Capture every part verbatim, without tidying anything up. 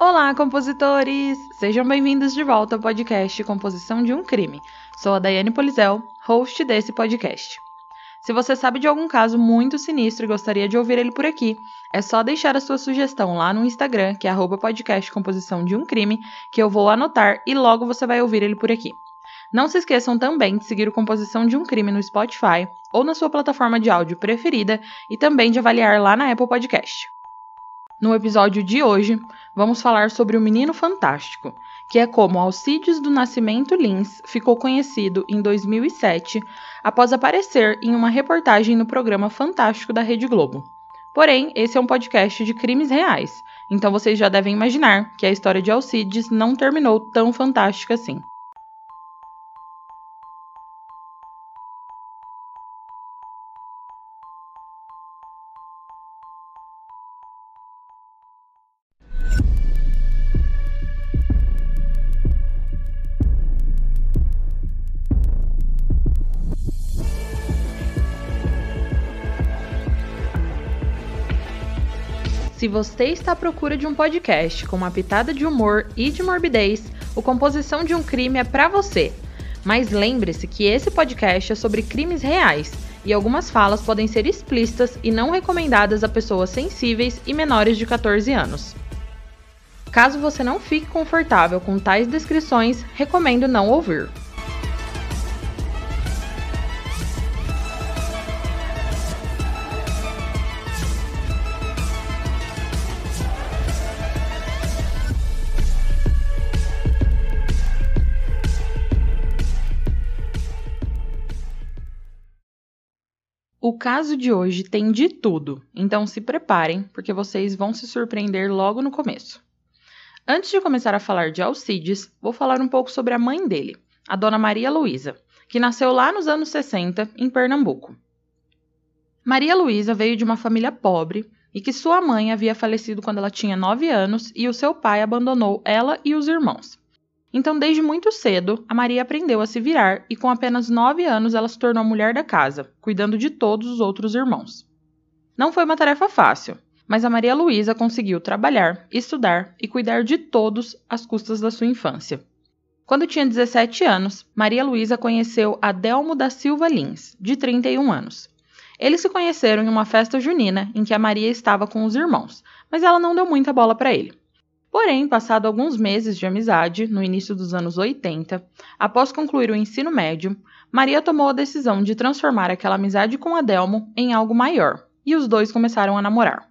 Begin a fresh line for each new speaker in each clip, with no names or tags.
Olá, compositores! Sejam bem-vindos de volta ao podcast Composição de um Crime. Sou a Daiane Polizel, host desse podcast. Se você sabe de algum caso muito sinistro e gostaria de ouvir ele por aqui, é só deixar a sua sugestão lá no Instagram, que é arroba podcast Composição de um Crime, que eu vou anotar e logo você vai ouvir ele por aqui. Não se esqueçam também de seguir o Composição de um Crime no Spotify ou na sua plataforma de áudio preferida e também de avaliar lá na Apple Podcast. No episódio de hoje, vamos falar sobre o Menino Fantástico, que é como Alcides do Nascimento Lins ficou conhecido em dois mil e sete após aparecer em uma reportagem no programa Fantástico da Rede Globo. Porém, esse é um podcast de crimes reais, então vocês já devem imaginar que a história de Alcides não terminou tão fantástica assim. Se você está à procura de um podcast com uma pitada de humor e de morbidez, o Composição de um Crime é para você. Mas lembre-se que esse podcast é sobre crimes reais e algumas falas podem ser explícitas e não recomendadas a pessoas sensíveis e menores de catorze anos. Caso você não fique confortável com tais descrições, recomendo não ouvir. O caso de hoje tem de tudo, então se preparem, porque vocês vão se surpreender logo no começo. Antes de começar a falar de Alcides, vou falar um pouco sobre a mãe dele, a Dona Maria Luísa, que nasceu lá nos anos sessenta, em Pernambuco. Maria Luísa veio de uma família pobre e que sua mãe havia falecido quando ela tinha nove anos e o seu pai abandonou ela e os irmãos. Então, desde muito cedo, a Maria aprendeu a se virar e com apenas nove anos ela se tornou a mulher da casa, cuidando de todos os outros irmãos. Não foi uma tarefa fácil, mas a Maria Luísa conseguiu trabalhar, estudar e cuidar de todos às custas da sua infância. Quando tinha dezessete anos, Maria Luísa conheceu Adelmo da Silva Lins, de trinta e um anos. Eles se conheceram em uma festa junina em que a Maria estava com os irmãos, mas ela não deu muita bola para ele. Porém, passado alguns meses de amizade, no início dos anos oitenta, após concluir o ensino médio, Maria tomou a decisão de transformar aquela amizade com Adelmo em algo maior, e os dois começaram a namorar.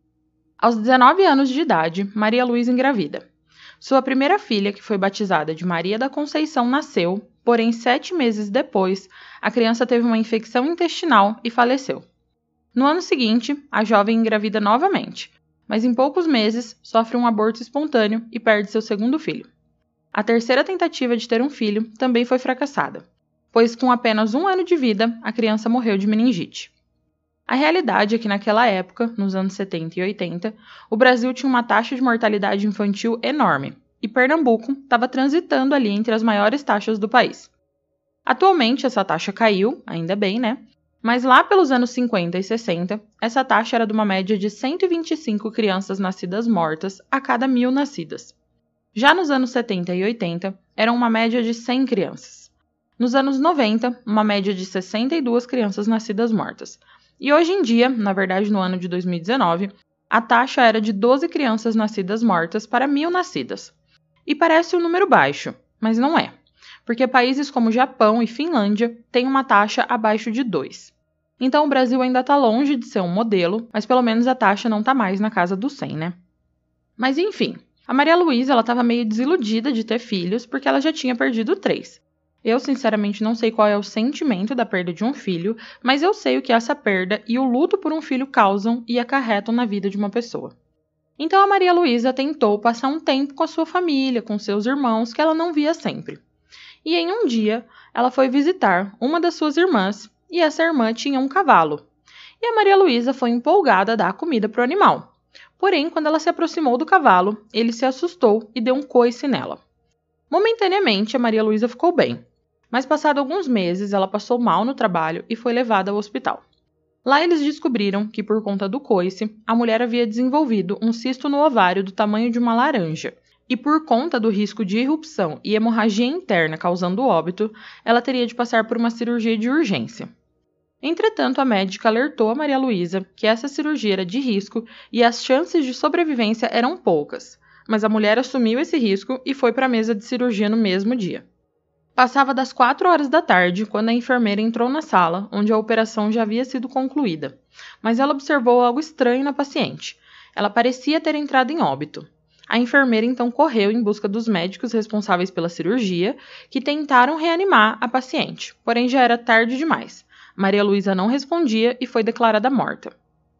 Aos dezenove anos de idade, Maria Luísa engravida. Sua primeira filha, que foi batizada de Maria da Conceição, nasceu, porém sete meses depois, a criança teve uma infecção intestinal e faleceu. No ano seguinte, a jovem engravida novamente, mas em poucos meses sofre um aborto espontâneo e perde seu segundo filho. A terceira tentativa de ter um filho também foi fracassada, pois com apenas um ano de vida, a criança morreu de meningite. A realidade é que naquela época, nos anos setenta e oitenta, o Brasil tinha uma taxa de mortalidade infantil enorme, e Pernambuco estava transitando ali entre as maiores taxas do país. Atualmente essa taxa caiu, ainda bem, né? Mas lá pelos anos cinquenta e sessenta, essa taxa era de uma média de cento e vinte e cinco crianças nascidas mortas a cada mil nascidas. Já nos anos setenta e oitenta, era uma média de cem crianças. Nos anos noventa, uma média de sessenta e duas crianças nascidas mortas. E hoje em dia, na verdade no ano de dois mil e dezenove, a taxa era de doze crianças nascidas mortas para mil nascidas. E parece um número baixo, mas não é. Porque países como Japão e Finlândia têm uma taxa abaixo de dois. Então o Brasil ainda está longe de ser um modelo, mas pelo menos a taxa não está mais na casa dos cem, né? Mas enfim, a Maria Luísa estava meio desiludida de ter filhos porque ela já tinha perdido três. Eu sinceramente não sei qual é o sentimento da perda de um filho, mas eu sei o que essa perda e o luto por um filho causam e acarretam na vida de uma pessoa. Então a Maria Luísa tentou passar um tempo com a sua família, com seus irmãos, que ela não via sempre. E em um dia, ela foi visitar uma das suas irmãs, e essa irmã tinha um cavalo. E a Maria Luísa foi empolgada a dar comida para o animal. Porém, quando ela se aproximou do cavalo, ele se assustou e deu um coice nela. Momentaneamente, a Maria Luísa ficou bem, mas passado alguns meses, ela passou mal no trabalho e foi levada ao hospital. Lá eles descobriram que, por conta do coice, a mulher havia desenvolvido um cisto no ovário do tamanho de uma laranja, e por conta do risco de irrupção e hemorragia interna causando óbito, ela teria de passar por uma cirurgia de urgência. Entretanto, a médica alertou a Maria Luísa que essa cirurgia era de risco e as chances de sobrevivência eram poucas, mas a mulher assumiu esse risco e foi para a mesa de cirurgia no mesmo dia. Passava das quatro horas da tarde quando a enfermeira entrou na sala, onde a operação já havia sido concluída, mas ela observou algo estranho na paciente. Ela parecia ter entrado em óbito. A enfermeira então correu em busca dos médicos responsáveis pela cirurgia, que tentaram reanimar a paciente, porém já era tarde demais. Maria Luísa não respondia e foi declarada morta.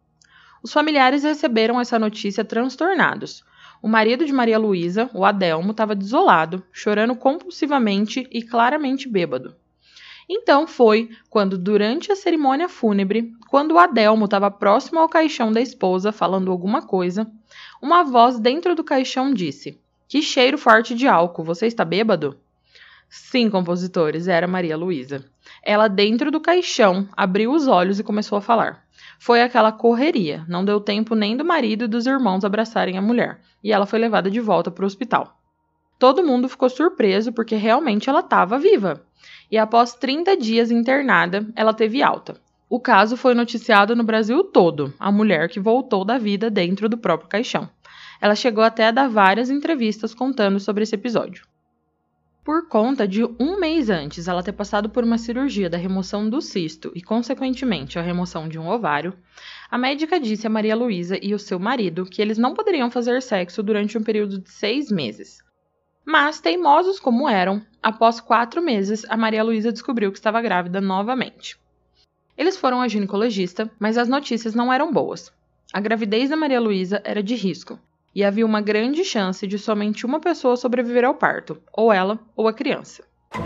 Os familiares receberam essa notícia transtornados. O marido de Maria Luísa, o Adelmo, estava desolado, chorando compulsivamente e claramente bêbado. Então foi quando, durante a cerimônia fúnebre, quando o Adelmo estava próximo ao caixão da esposa falando alguma coisa, uma voz dentro do caixão disse: "Que cheiro forte de álcool, você está bêbado?" Sim, compositores, era Maria Luísa. Ela, dentro do caixão, abriu os olhos e começou a falar. Foi aquela correria, não deu tempo nem do marido e dos irmãos abraçarem a mulher, e ela foi levada de volta para o hospital. Todo mundo ficou surpreso porque realmente ela estava viva. E após trinta dias internada, ela teve alta. O caso foi noticiado no Brasil todo, a mulher que voltou da vida dentro do próprio caixão. Ela chegou até a dar várias entrevistas contando sobre esse episódio. Por conta de um mês antes ela ter passado por uma cirurgia da remoção do cisto e, consequentemente, a remoção de um ovário, a médica disse a Maria Luísa e o seu marido que eles não poderiam fazer sexo durante um período de seis meses. Mas, teimosos como eram, após quatro meses, a Maria Luísa descobriu que estava grávida novamente. Eles foram à ginecologista, mas as notícias não eram boas. A gravidez da Maria Luísa era de risco, e havia uma grande chance de somente uma pessoa sobreviver ao parto, ou ela ou a criança.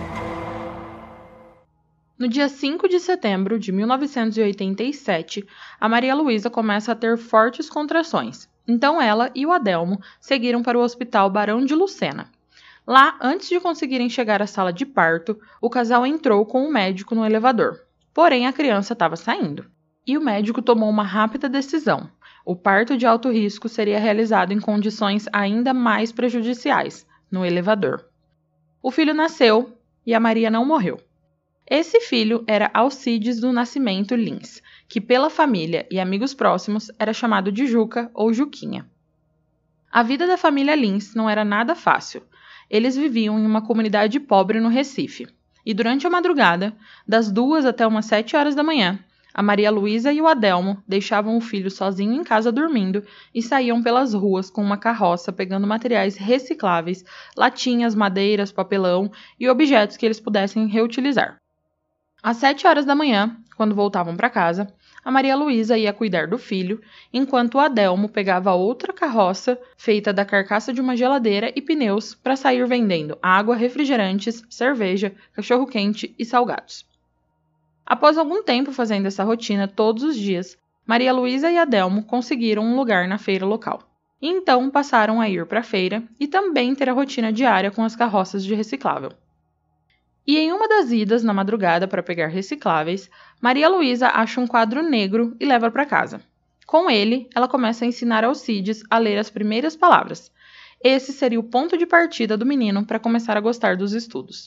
No dia cinco de setembro de mil novecentos e oitenta e sete, a Maria Luísa começa a ter fortes contrações, então ela e o Adelmo seguiram para o Hospital Barão de Lucena. Lá, antes de conseguirem chegar à sala de parto, o casal entrou com o médico no elevador. Porém, a criança estava saindo. E o médico tomou uma rápida decisão. O parto de alto risco seria realizado em condições ainda mais prejudiciais, no elevador. O filho nasceu e a Maria não morreu. Esse filho era Alcides do Nascimento Lins, que pela família e amigos próximos era chamado de Juca ou Juquinha. A vida da família Lins não era nada fácil. Eles viviam em uma comunidade pobre no Recife. E durante a madrugada, das duas até umas sete horas da manhã, a Maria Luísa e o Adelmo deixavam o filho sozinho em casa dormindo e saíam pelas ruas com uma carroça pegando materiais recicláveis, latinhas, madeiras, papelão e objetos que eles pudessem reutilizar. Às sete horas da manhã, quando voltavam para casa, a Maria Luísa ia cuidar do filho, enquanto o Adelmo pegava outra carroça feita da carcaça de uma geladeira e pneus para sair vendendo água, refrigerantes, cerveja, cachorro-quente e salgados. Após algum tempo fazendo essa rotina todos os dias, Maria Luísa e Adelmo conseguiram um lugar na feira local. E então passaram a ir para a feira e também ter a rotina diária com as carroças de reciclável. E em uma das idas na madrugada para pegar recicláveis, Maria Luísa acha um quadro negro e leva para casa. Com ele, ela começa a ensinar Alcides a ler as primeiras palavras. Esse seria o ponto de partida do menino para começar a gostar dos estudos.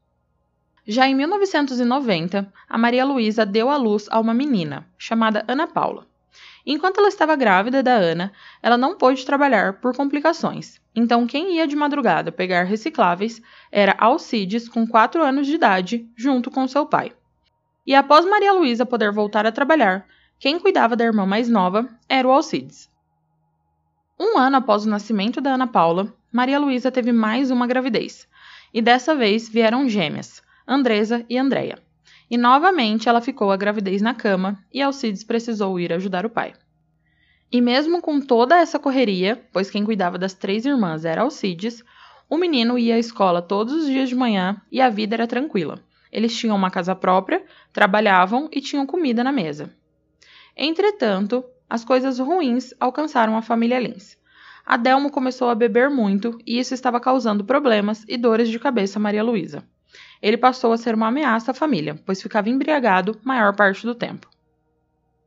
Já em mil novecentos e noventa, a Maria Luísa deu à luz a uma menina, chamada Ana Paula. Enquanto ela estava grávida da Ana, ela não pôde trabalhar por complicações. Então, quem ia de madrugada pegar recicláveis era Alcides, com quatro anos de idade, junto com seu pai. E após Maria Luísa poder voltar a trabalhar, quem cuidava da irmã mais nova era o Alcides. Um ano após o nascimento da Ana Paula, Maria Luísa teve mais uma gravidez. E dessa vez vieram gêmeas, Andresa e Andréia. E novamente ela ficou a gravidez na cama e Alcides precisou ir ajudar o pai. E mesmo com toda essa correria, pois quem cuidava das três irmãs era Alcides, o menino ia à escola todos os dias de manhã e a vida era tranquila. Eles tinham uma casa própria, trabalhavam e tinham comida na mesa. Entretanto, as coisas ruins alcançaram a família Lins. Adelmo começou a beber muito e isso estava causando problemas e dores de cabeça a Maria Luísa. Ele passou a ser uma ameaça à família, pois ficava embriagado maior parte do tempo.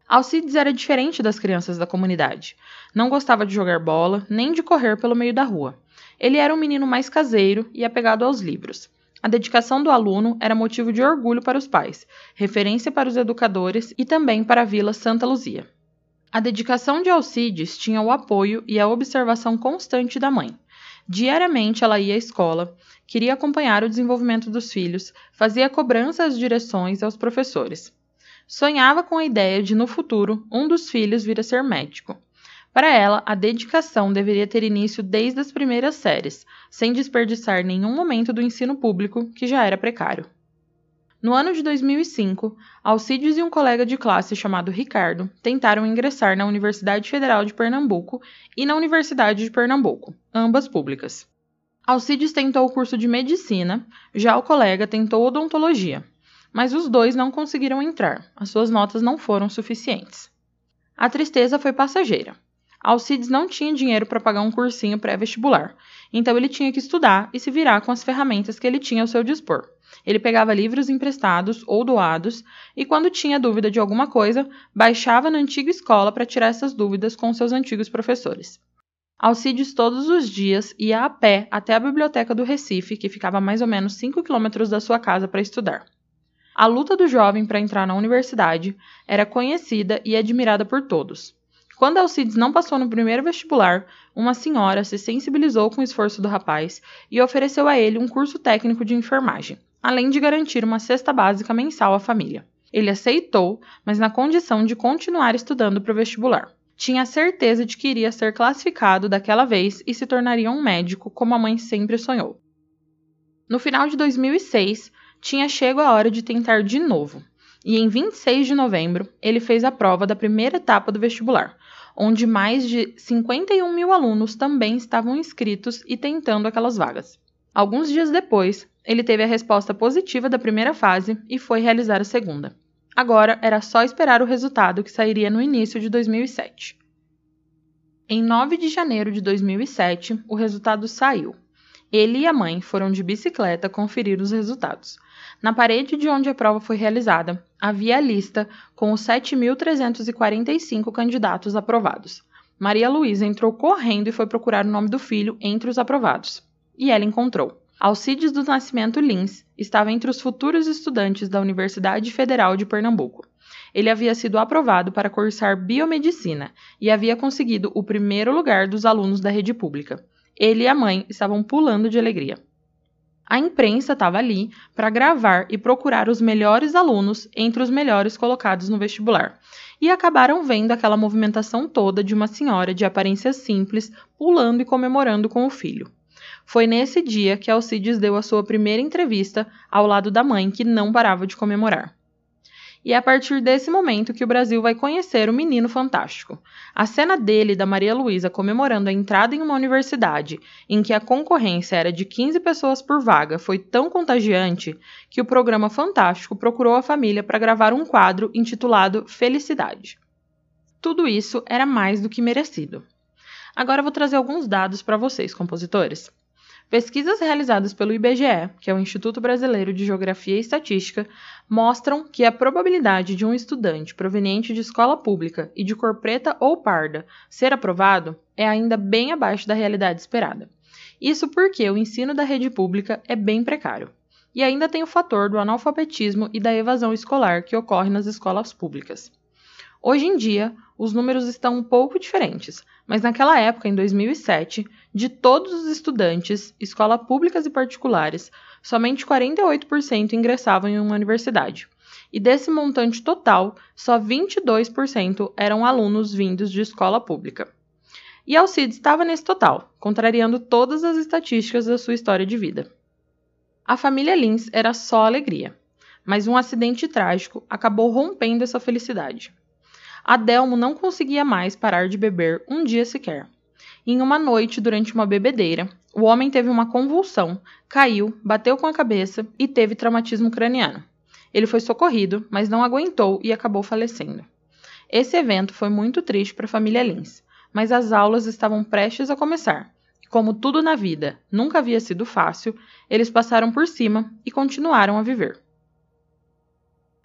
Alcides era diferente das crianças da comunidade. Não gostava de jogar bola, nem de correr pelo meio da rua. Ele era um menino mais caseiro e apegado aos livros. A dedicação do aluno era motivo de orgulho para os pais, referência para os educadores e também para a Vila Santa Luzia. A dedicação de Alcides tinha o apoio e a observação constante da mãe. Diariamente ela ia à escola, queria acompanhar o desenvolvimento dos filhos, fazia cobrança às direções e aos professores. Sonhava com a ideia de, no futuro, um dos filhos vir a ser médico. Para ela, a dedicação deveria ter início desde as primeiras séries, sem desperdiçar nenhum momento do ensino público, que já era precário. No ano de dois mil e cinco, Alcides e um colega de classe chamado Ricardo tentaram ingressar na Universidade Federal de Pernambuco e na Universidade de Pernambuco, ambas públicas. Alcides tentou o curso de medicina, já o colega tentou odontologia, mas os dois não conseguiram entrar, as suas notas não foram suficientes. A tristeza foi passageira. Alcides não tinha dinheiro para pagar um cursinho pré-vestibular, então ele tinha que estudar e se virar com as ferramentas que ele tinha ao seu dispor. Ele pegava livros emprestados ou doados e, quando tinha dúvida de alguma coisa, baixava na antiga escola para tirar essas dúvidas com seus antigos professores. Alcides todos os dias ia a pé até a biblioteca do Recife, que ficava a mais ou menos cinco quilômetros da sua casa, para estudar. A luta do jovem para entrar na universidade era conhecida e admirada por todos. Quando Alcides não passou no primeiro vestibular, uma senhora se sensibilizou com o esforço do rapaz e ofereceu a ele um curso técnico de enfermagem, além de garantir uma cesta básica mensal à família. Ele aceitou, mas na condição de continuar estudando para o vestibular. Tinha certeza de que iria ser classificado daquela vez e se tornaria um médico, como a mãe sempre sonhou. No final de dois mil e seis, tinha chego a hora de tentar de novo, e em vinte e seis de novembro, ele fez a prova da primeira etapa do vestibular, onde mais de cinquenta e um mil alunos também estavam inscritos e tentando aquelas vagas. Alguns dias depois, ele teve a resposta positiva da primeira fase e foi realizar a segunda. Agora era só esperar o resultado, que sairia no início de dois mil e sete. Em nove de janeiro de dois mil e sete, o resultado saiu. Ele e a mãe foram de bicicleta conferir os resultados. Na parede de onde a prova foi realizada, havia a lista com os sete mil trezentos e quarenta e cinco candidatos aprovados. Maria Luísa entrou correndo e foi procurar o nome do filho entre os aprovados. E ela encontrou. Alcides do Nascimento Lins estava entre os futuros estudantes da Universidade Federal de Pernambuco. Ele havia sido aprovado para cursar biomedicina e havia conseguido o primeiro lugar dos alunos da rede pública. Ele e a mãe estavam pulando de alegria. A imprensa estava ali para gravar e procurar os melhores alunos entre os melhores colocados no vestibular. E acabaram vendo aquela movimentação toda de uma senhora de aparência simples pulando e comemorando com o filho. Foi nesse dia que Alcides deu a sua primeira entrevista ao lado da mãe, que não parava de comemorar. E é a partir desse momento que o Brasil vai conhecer o menino fantástico. A cena dele e da Maria Luísa comemorando a entrada em uma universidade em que a concorrência era de quinze pessoas por vaga foi tão contagiante que o programa Fantástico procurou a família para gravar um quadro intitulado Felicidade. Tudo isso era mais do que merecido. Agora eu vou trazer alguns dados para vocês, compositores. Pesquisas realizadas pelo I B G E, que é o Instituto Brasileiro de Geografia e Estatística, mostram que a probabilidade de um estudante proveniente de escola pública e de cor preta ou parda ser aprovado é ainda bem abaixo da realidade esperada. Isso porque o ensino da rede pública é bem precário. E ainda tem o fator do analfabetismo e da evasão escolar que ocorre nas escolas públicas. Hoje em dia, os números estão um pouco diferentes, mas naquela época, em dois mil e sete, de todos os estudantes, escolas públicas e particulares, somente quarenta e oito por cento ingressavam em uma universidade. E desse montante total, só vinte e dois por cento eram alunos vindos de escola pública. E Alcides estava nesse total, contrariando todas as estatísticas da sua história de vida. A família Lins era só alegria, mas um acidente trágico acabou rompendo essa felicidade. Adelmo não conseguia mais parar de beber um dia sequer. Em uma noite, durante uma bebedeira, o homem teve uma convulsão, caiu, bateu com a cabeça e teve traumatismo craniano. Ele foi socorrido, mas não aguentou e acabou falecendo. Esse evento foi muito triste para a família Lins, mas as aulas estavam prestes a começar. E como tudo na vida nunca havia sido fácil, eles passaram por cima e continuaram a viver.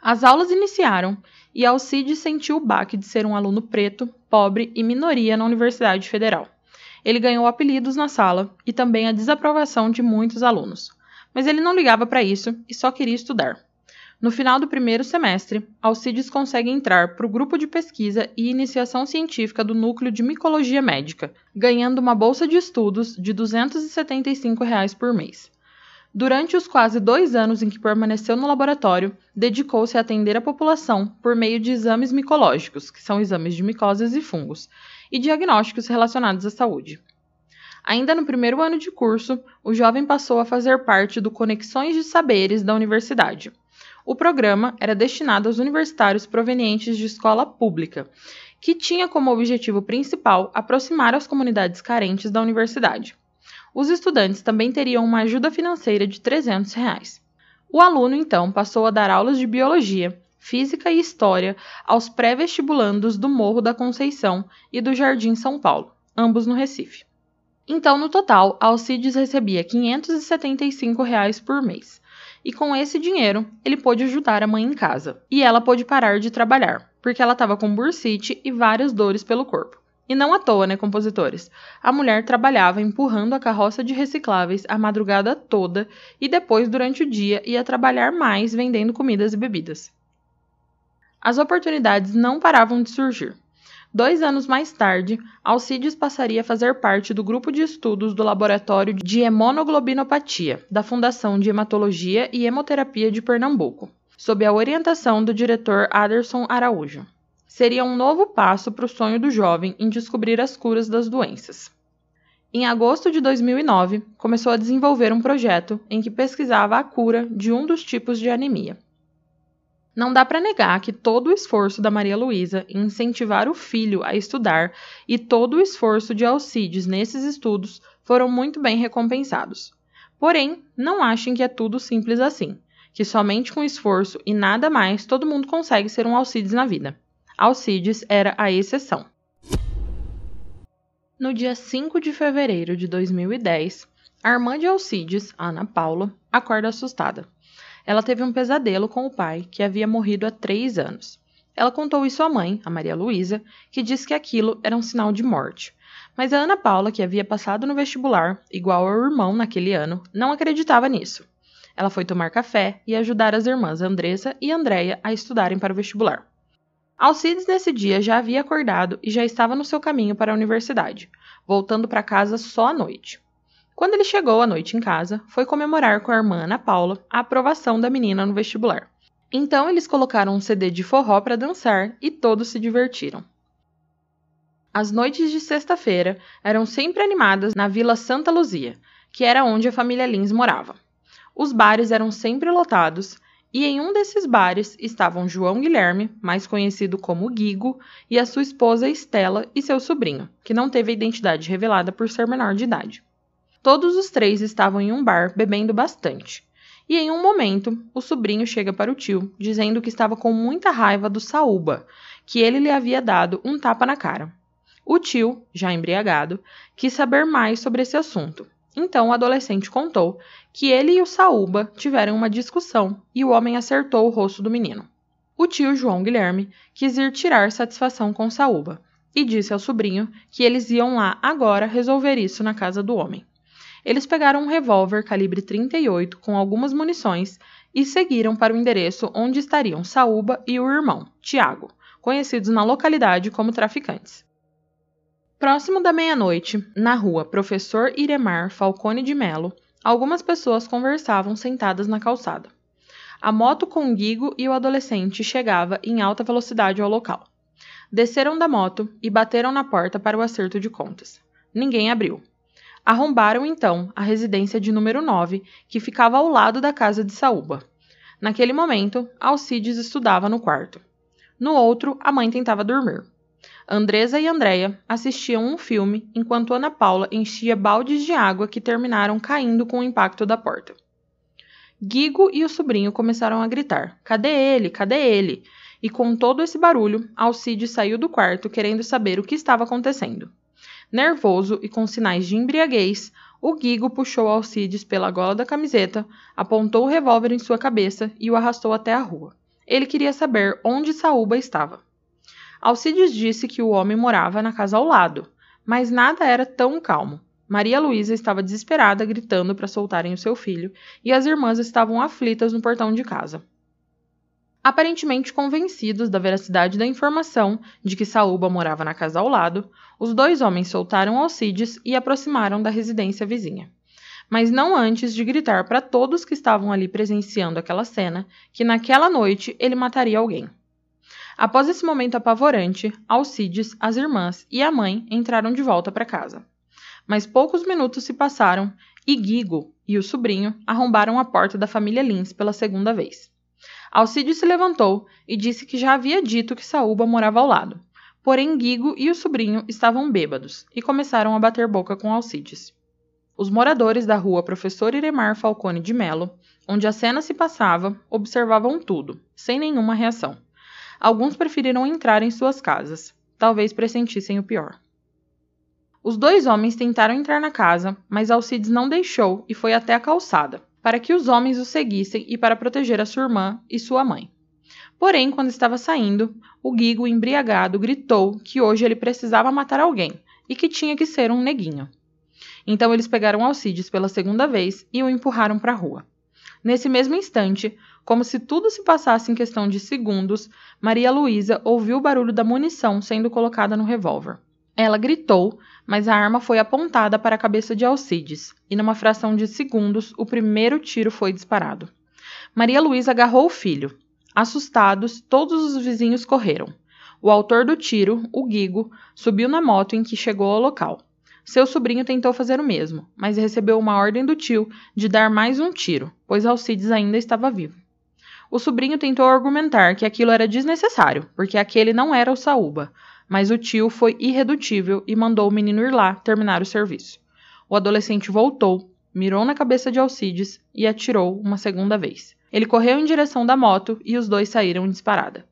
As aulas iniciaram e Alcides sentiu o baque de ser um aluno preto, pobre e minoria na Universidade Federal. Ele ganhou apelidos na sala e também a desaprovação de muitos alunos. Mas ele não ligava para isso e só queria estudar. No final do primeiro semestre, Alcides consegue entrar para o grupo de pesquisa e iniciação científica do Núcleo de Micologia Médica, ganhando uma bolsa de estudos de duzentos e setenta e cinco reais por mês. Durante os quase dois anos em que permaneceu no laboratório, dedicou-se a atender a população por meio de exames micológicos, que são exames de micoses e fungos, e diagnósticos relacionados à saúde. Ainda no primeiro ano de curso, o jovem passou a fazer parte do Conexões de Saberes da universidade. O programa era destinado aos universitários provenientes de escola pública, que tinha como objetivo principal aproximar as comunidades carentes da universidade. Os estudantes também teriam uma ajuda financeira de trezentos reais. O aluno, então, passou a dar aulas de biologia, física e história aos pré-vestibulandos do Morro da Conceição e do Jardim São Paulo, ambos no Recife. Então, no total, Alcides recebia quinhentos e setenta e cinco reais por mês. E com esse dinheiro, ele pôde ajudar a mãe em casa. E ela pôde parar de trabalhar, porque ela estava com bursite e várias dores pelo corpo. E não à toa, né, compositores? A mulher trabalhava empurrando a carroça de recicláveis a madrugada toda e depois, durante o dia, ia trabalhar mais vendendo comidas e bebidas. As oportunidades não paravam de surgir. Dois anos mais tarde, Alcides passaria a fazer parte do grupo de estudos do Laboratório de Hemoglobinopatia, da Fundação de Hematologia e Hemoterapia de Pernambuco, sob a orientação do diretor Aderson Araújo. Seria um novo passo para o sonho do jovem em descobrir as curas das doenças. Em agosto de dois mil e nove, começou a desenvolver um projeto em que pesquisava a cura de um dos tipos de anemia. Não dá para negar que todo o esforço da Maria Luísa em incentivar o filho a estudar e todo o esforço de Alcides nesses estudos foram muito bem recompensados. Porém, não achem que é tudo simples assim, que somente com esforço e nada mais todo mundo consegue ser um Alcides na vida. Alcides era a exceção. No dia cinco de fevereiro de dois mil e dez, a irmã de Alcides, Ana Paula, acorda assustada. Ela teve um pesadelo com o pai, que havia morrido há três anos. Ela contou isso à mãe, a Maria Luísa, que disse que aquilo era um sinal de morte. Mas a Ana Paula, que havia passado no vestibular, igual ao irmão naquele ano, não acreditava nisso. Ela foi tomar café e ajudar as irmãs Andressa e Andréia a estudarem para o vestibular. Alcides nesse dia já havia acordado e já estava no seu caminho para a universidade, voltando para casa só à noite. Quando ele chegou à noite em casa, foi comemorar com a irmã Ana Paula a aprovação da menina no vestibular. Então eles colocaram um C D de forró para dançar e todos se divertiram. As noites de sexta-feira eram sempre animadas na Vila Santa Luzia, que era onde a família Lins morava. Os bares eram sempre lotados, e em um desses bares estavam João Guilherme, mais conhecido como Guigo, e a sua esposa Estela e seu sobrinho, que não teve a identidade revelada por ser menor de idade. Todos os três estavam em um bar bebendo bastante. E em um momento, o sobrinho chega para o tio, dizendo que estava com muita raiva do Saúba, que ele lhe havia dado um tapa na cara. O tio, já embriagado, quis saber mais sobre esse assunto. Então o adolescente contou que ele e o Saúba tiveram uma discussão e o homem acertou o rosto do menino. O tio João Guilherme quis ir tirar satisfação com Saúba e disse ao sobrinho que eles iam lá agora resolver isso na casa do homem. Eles pegaram um revólver calibre trinta e oito com algumas munições e seguiram para o endereço onde estariam Saúba e o irmão, Tiago, conhecidos na localidade como traficantes. Próximo da meia-noite, na rua Professor Iremar Falcone de Melo, algumas pessoas conversavam sentadas na calçada. A moto com Guigo e o adolescente chegava em alta velocidade ao local. Desceram da moto e bateram na porta para o acerto de contas. Ninguém abriu. Arrombaram, então, a residência de número nove, que ficava ao lado da casa de Saúba. Naquele momento, Alcides estudava no quarto. No outro, a mãe tentava dormir. Andressa e Andréia assistiam um filme enquanto Ana Paula enchia baldes de água que terminaram caindo com o impacto da porta. Guigo e o sobrinho começaram a gritar: "Cadê ele? Cadê ele?" E com todo esse barulho, Alcides saiu do quarto querendo saber o que estava acontecendo. Nervoso e com sinais de embriaguez, o Guigo puxou Alcides pela gola da camiseta, apontou o revólver em sua cabeça e o arrastou até a rua. ele queria saber onde Saúba estava. Alcides disse que o homem morava na casa ao lado, mas nada era tão calmo. Maria Luísa estava desesperada, gritando para soltarem o seu filho, e as irmãs estavam aflitas no portão de casa. Aparentemente convencidos da veracidade da informação de que Saúba morava na casa ao lado, os dois homens soltaram Alcides e aproximaram da residência vizinha. Mas não antes de gritar para todos que estavam ali presenciando aquela cena que naquela noite ele mataria alguém. Após esse momento apavorante, Alcides, as irmãs e a mãe entraram de volta para casa. Mas poucos minutos se passaram e Guigo e o sobrinho arrombaram a porta da família Lins pela segunda vez. Alcides se levantou e disse que já havia dito que Saúba morava ao lado. Porém, Guigo e o sobrinho estavam bêbados e começaram a bater boca com Alcides. Os moradores da rua Professor Iremar Falcone de Melo, onde a cena se passava, observavam tudo, sem nenhuma reação. Alguns preferiram entrar em suas casas, talvez pressentissem o pior. Os dois homens tentaram entrar na casa, mas Alcides não deixou e foi até a calçada, para que os homens o seguissem e para proteger a sua irmã e sua mãe. Porém, quando estava saindo, o Guigo, embriagado, gritou que hoje ele precisava matar alguém e que tinha que ser um neguinho. Então eles pegaram Alcides pela segunda vez e o empurraram para a rua. Nesse mesmo instante, como se tudo se passasse em questão de segundos, Maria Luísa ouviu o barulho da munição sendo colocada no revólver. Ela gritou, mas a arma foi apontada para a cabeça de Alcides, e numa fração de segundos, o primeiro tiro foi disparado. Maria Luísa agarrou o filho. Assustados, todos os vizinhos correram. O autor do tiro, o Guigo, subiu na moto em que chegou ao local. Seu sobrinho tentou fazer o mesmo, mas recebeu uma ordem do tio de dar mais um tiro, pois Alcides ainda estava vivo. O sobrinho tentou argumentar que aquilo era desnecessário, porque aquele não era o Saúba, mas o tio foi irredutível e mandou o menino ir lá terminar o serviço. O adolescente voltou, mirou na cabeça de Alcides e atirou uma segunda vez. Ele correu em direção da moto e os dois saíram em disparada.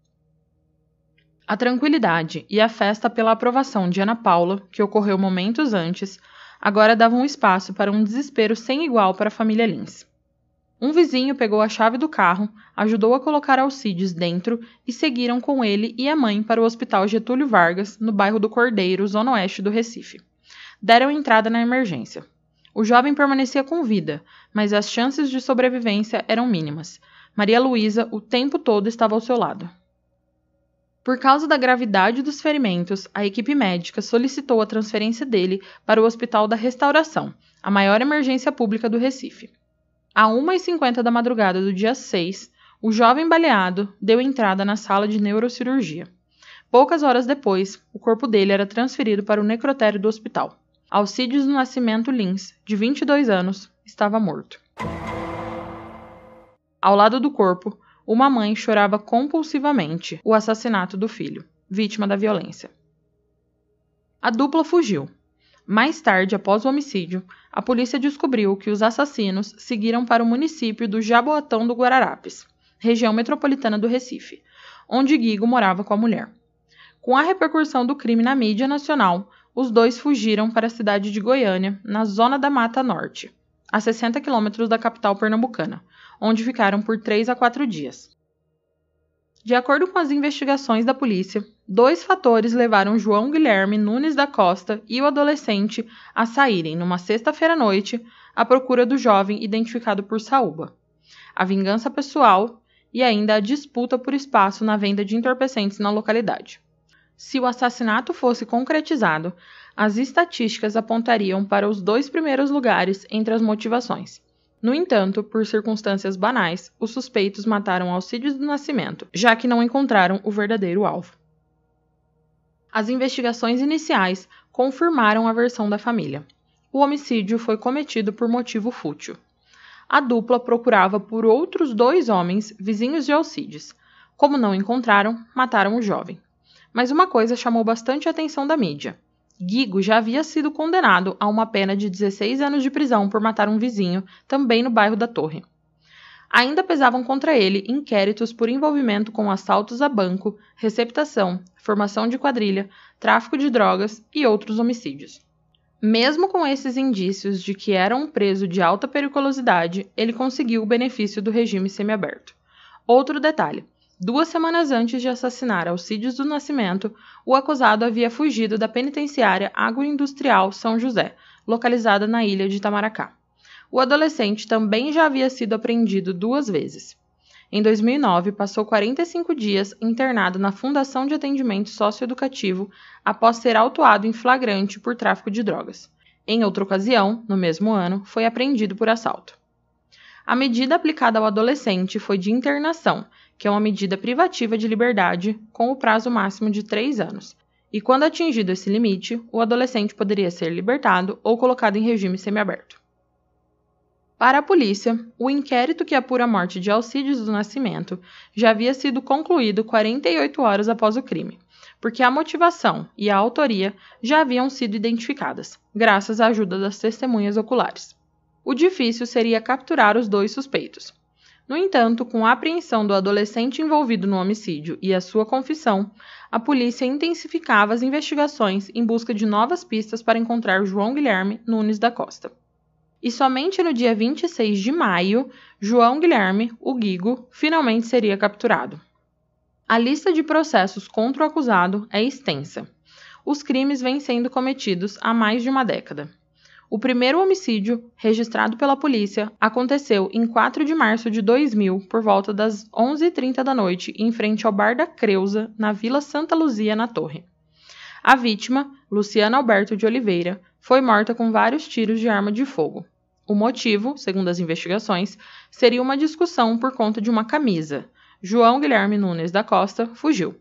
A tranquilidade e a festa pela aprovação de Ana Paula, que ocorreu momentos antes, agora davam espaço para um desespero sem igual para a família Lins. Um vizinho pegou a chave do carro, ajudou a colocar Alcides dentro e seguiram com ele e a mãe para o Hospital Getúlio Vargas, no bairro do Cordeiro, zona oeste do Recife. Deram entrada na emergência. O jovem permanecia com vida, mas as chances de sobrevivência eram mínimas. Maria Luísa o tempo todo estava ao seu lado. Por causa da gravidade dos ferimentos, a equipe médica solicitou a transferência dele para o Hospital da Restauração, a maior emergência pública do Recife. À uma e cinquenta da madrugada do dia seis, o jovem baleado deu entrada na sala de neurocirurgia. Poucas horas depois, o corpo dele era transferido para o necrotério do hospital. Alcides do Nascimento Lins, de vinte e dois anos, estava morto. Ao lado do corpo, uma mãe chorava compulsivamente o assassinato do filho, vítima da violência. A dupla fugiu. Mais tarde, após o homicídio, a polícia descobriu que os assassinos seguiram para o município do Jaboatão do Guararapes, região metropolitana do Recife, onde Guigo morava com a mulher. Com a repercussão do crime na mídia nacional, os dois fugiram para a cidade de Goiânia, na zona da Mata Norte, a sessenta quilômetros da capital pernambucana, onde ficaram por três a quatro dias. De acordo com as investigações da polícia, dois fatores levaram João Guilherme Nunes da Costa e o adolescente a saírem, numa sexta-feira à noite, à procura do jovem identificado por Saúba: a vingança pessoal e ainda a disputa por espaço na venda de entorpecentes na localidade. Se o assassinato fosse concretizado, as estatísticas apontariam para os dois primeiros lugares entre as motivações. No entanto, por circunstâncias banais, os suspeitos mataram Alcides do Nascimento, já que não encontraram o verdadeiro alvo. As investigações iniciais confirmaram a versão da família. O homicídio foi cometido por motivo fútil. A dupla procurava por outros dois homens vizinhos de Alcides. Como não encontraram, mataram o jovem. Mas uma coisa chamou bastante a atenção da mídia. Guigo já havia sido condenado a uma pena de dezesseis anos de prisão por matar um vizinho, também no bairro da Torre. Ainda pesavam contra ele inquéritos por envolvimento com assaltos a banco, receptação, formação de quadrilha, tráfico de drogas e outros homicídios. Mesmo com esses indícios de que era um preso de alta periculosidade, ele conseguiu o benefício do regime semiaberto. Outro detalhe: duas semanas antes de assassinar Alcides do Nascimento, o acusado havia fugido da penitenciária agroindustrial São José, localizada na ilha de Itamaracá. O adolescente também já havia sido apreendido duas vezes. Em dois mil e nove, passou quarenta e cinco dias internado na Fundação de Atendimento Socioeducativo após ser autuado em flagrante por tráfico de drogas. Em outra ocasião, no mesmo ano, foi apreendido por assalto. A medida aplicada ao adolescente foi de internação, que é uma medida privativa de liberdade com o prazo máximo de três anos. E quando atingido esse limite, o adolescente poderia ser libertado ou colocado em regime semiaberto. Para a polícia, o inquérito que apura a morte de Alcides do Nascimento já havia sido concluído quarenta e oito horas após o crime, porque a motivação e a autoria já haviam sido identificadas, graças à ajuda das testemunhas oculares. O difícil seria capturar os dois suspeitos. No entanto, com a apreensão do adolescente envolvido no homicídio e a sua confissão, a polícia intensificava as investigações em busca de novas pistas para encontrar João Guilherme Nunes da Costa. E somente no dia vinte e seis de maio, João Guilherme, o Guigo, finalmente seria capturado. A lista de processos contra o acusado é extensa. Os crimes vêm sendo cometidos há mais de uma década. O primeiro homicídio, registrado pela polícia, aconteceu em quatro de março de dois mil, por volta das onze e trinta da noite, em frente ao Bar da Creusa, na Vila Santa Luzia, na Torre. A vítima, Luciana Alberto de Oliveira, foi morta com vários tiros de arma de fogo. O motivo, segundo as investigações, seria uma discussão por conta de uma camisa. João Guilherme Nunes da Costa fugiu.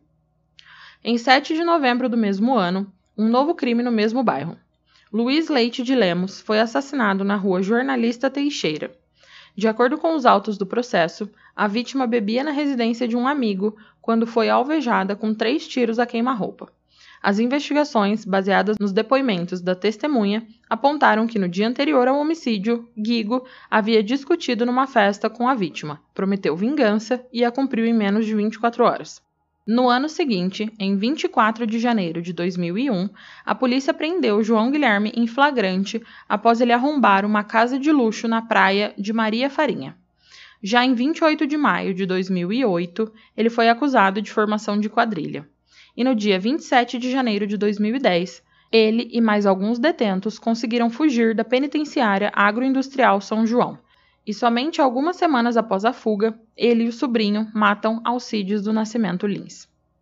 Em sete de novembro do mesmo ano, um novo crime no mesmo bairro. Luiz Leite de Lemos foi assassinado na rua Jornalista Teixeira. De acordo com os autos do processo, a vítima bebia na residência de um amigo quando foi alvejada com três tiros a queima-roupa. As investigações, baseadas nos depoimentos da testemunha, apontaram que no dia anterior ao homicídio, Guigo havia discutido numa festa com a vítima, prometeu vingança e a cumpriu em menos de vinte e quatro horas. No ano seguinte, em vinte e quatro de janeiro de dois mil e um, a polícia prendeu João Guilherme em flagrante após ele arrombar uma casa de luxo na praia de Maria Farinha. Já em vinte e oito de maio de dois mil e oito, ele foi acusado de formação de quadrilha. E no dia vinte e sete de janeiro de dois mil e dez, ele e mais alguns detentos conseguiram fugir da penitenciária agroindustrial São João. E somente algumas semanas após a fuga, ele e o sobrinho matam Alcides do Nascimento Lins.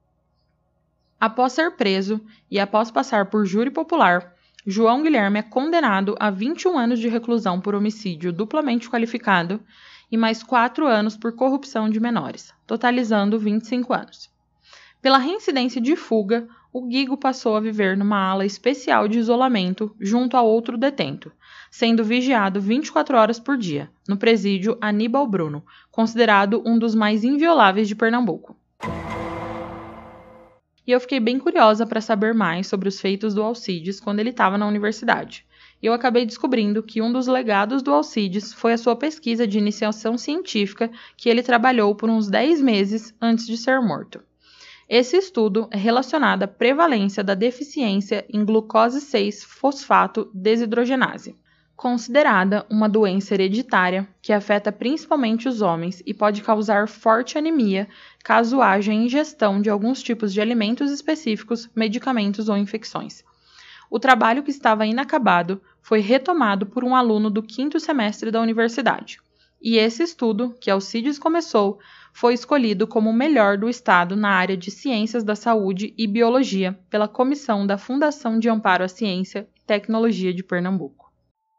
Após ser preso e após passar por júri popular, João Guilherme é condenado a vinte e um anos de reclusão por homicídio duplamente qualificado e mais quatro anos por corrupção de menores, totalizando vinte e cinco anos. Pela reincidência de fuga, o Guigo passou a viver numa ala especial de isolamento junto a outro detento, sendo vigiado vinte e quatro horas por dia, no presídio Aníbal Bruno, considerado um dos mais invioláveis de Pernambuco. E eu fiquei bem curiosa para saber mais sobre os feitos do Alcides quando ele estava na universidade. E eu acabei descobrindo que um dos legados do Alcides foi a sua pesquisa de iniciação científica que ele trabalhou por uns dez meses antes de ser morto. Esse estudo é relacionado à prevalência da deficiência em glucose seis fosfato desidrogenase, considerada uma doença hereditária que afeta principalmente os homens e pode causar forte anemia caso haja ingestão de alguns tipos de alimentos específicos, medicamentos ou infecções. O trabalho, que estava inacabado, foi retomado por um aluno do quinto semestre da universidade. E esse estudo, que Alcides começou, foi escolhido como o melhor do estado na área de Ciências da Saúde e Biologia pela Comissão da Fundação de Amparo à Ciência e Tecnologia de Pernambuco.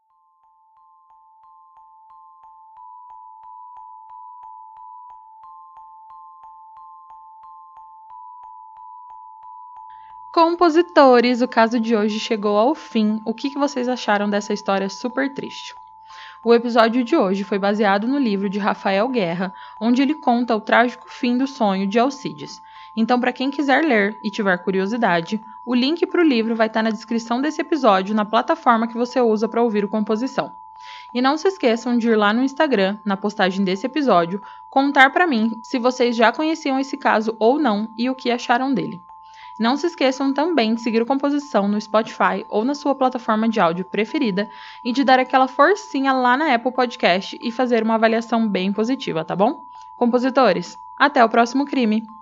Compositores, o caso de hoje chegou ao fim. O que vocês acharam dessa história super triste? O episódio de hoje foi baseado no livro de Rafael Guerra, onde ele conta o trágico fim do sonho de Alcides. Então, para quem quiser ler e tiver curiosidade, o link para o livro vai estar na descrição desse episódio na plataforma que você usa para ouvir o Composição. E não se esqueçam de ir lá no Instagram, na postagem desse episódio, contar para mim se vocês já conheciam esse caso ou não e o que acharam dele. Não se esqueçam também de seguir o Composição no Spotify ou na sua plataforma de áudio preferida e de dar aquela forcinha lá na Apple Podcast e fazer uma avaliação bem positiva, tá bom? Compositores, até o próximo crime!